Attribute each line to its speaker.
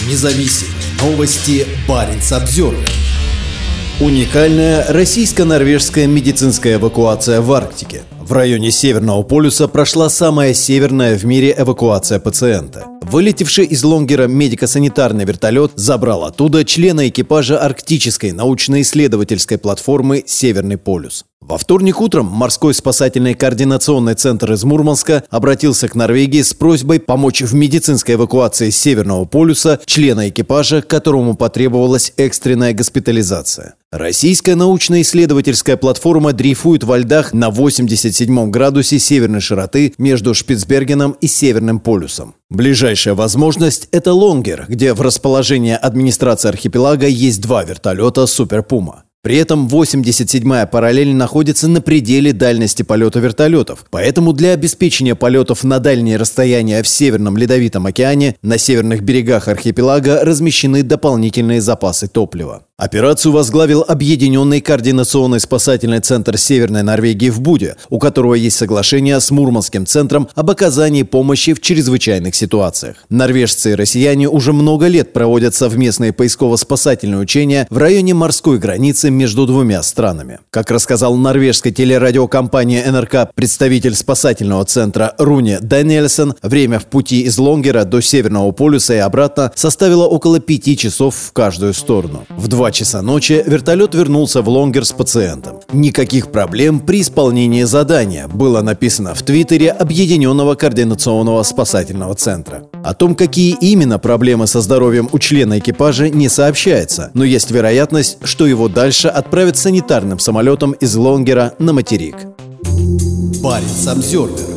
Speaker 1: независим. Новости Баренц-Обзервер. Уникальная российско-норвежская медицинская эвакуация в Арктике. В районе Северного полюса прошла самая северная в мире эвакуация пациента. Вылетевший из Лонгера медико-санитарный вертолет забрал оттуда члена экипажа арктической научно-исследовательской платформы «Северный полюс». Во вторник утром морской спасательный координационный центр из Мурманска обратился к Норвегии с просьбой помочь в медицинской эвакуации с Северного полюса члена экипажа, которому потребовалась экстренная госпитализация. Российская научно-исследовательская платформа дрейфует во льдах на 87 градусе северной широты между Шпицбергеном и Северным полюсом. Ближайшая возможность – это Лонгер, где в расположении администрации архипелага есть два вертолета «Супер Пума». При этом 87-я параллель находится на пределе дальности полета вертолетов, поэтому для обеспечения полетов на дальние расстояния в Северном Ледовитом океане на северных берегах архипелага размещены дополнительные запасы топлива. Операцию возглавил Объединенный координационный спасательный центр Северной Норвегии в Буде, у которого есть соглашение с Мурманским центром об оказании помощи в чрезвычайных ситуациях. Норвежцы и россияне уже много лет проводят совместные поисково-спасательные учения в районе морской границы между двумя странами. Как рассказал норвежской телерадиокомпании НРК представитель спасательного центра Руне Даниэльсон, время в пути из Лонгера до Северного полюса и обратно составило около 5 часов в каждую сторону. В 2 часа ночи вертолет вернулся в Лонгер с пациентом. Никаких проблем при исполнении задания, было написано в Твиттере Объединенного координационного спасательного центра. О том, какие именно проблемы со здоровьем у члена экипажа, не сообщается, но есть вероятность, что его дальше отправят санитарным самолетом из Лонгера на материк. Баренц-Обзервер.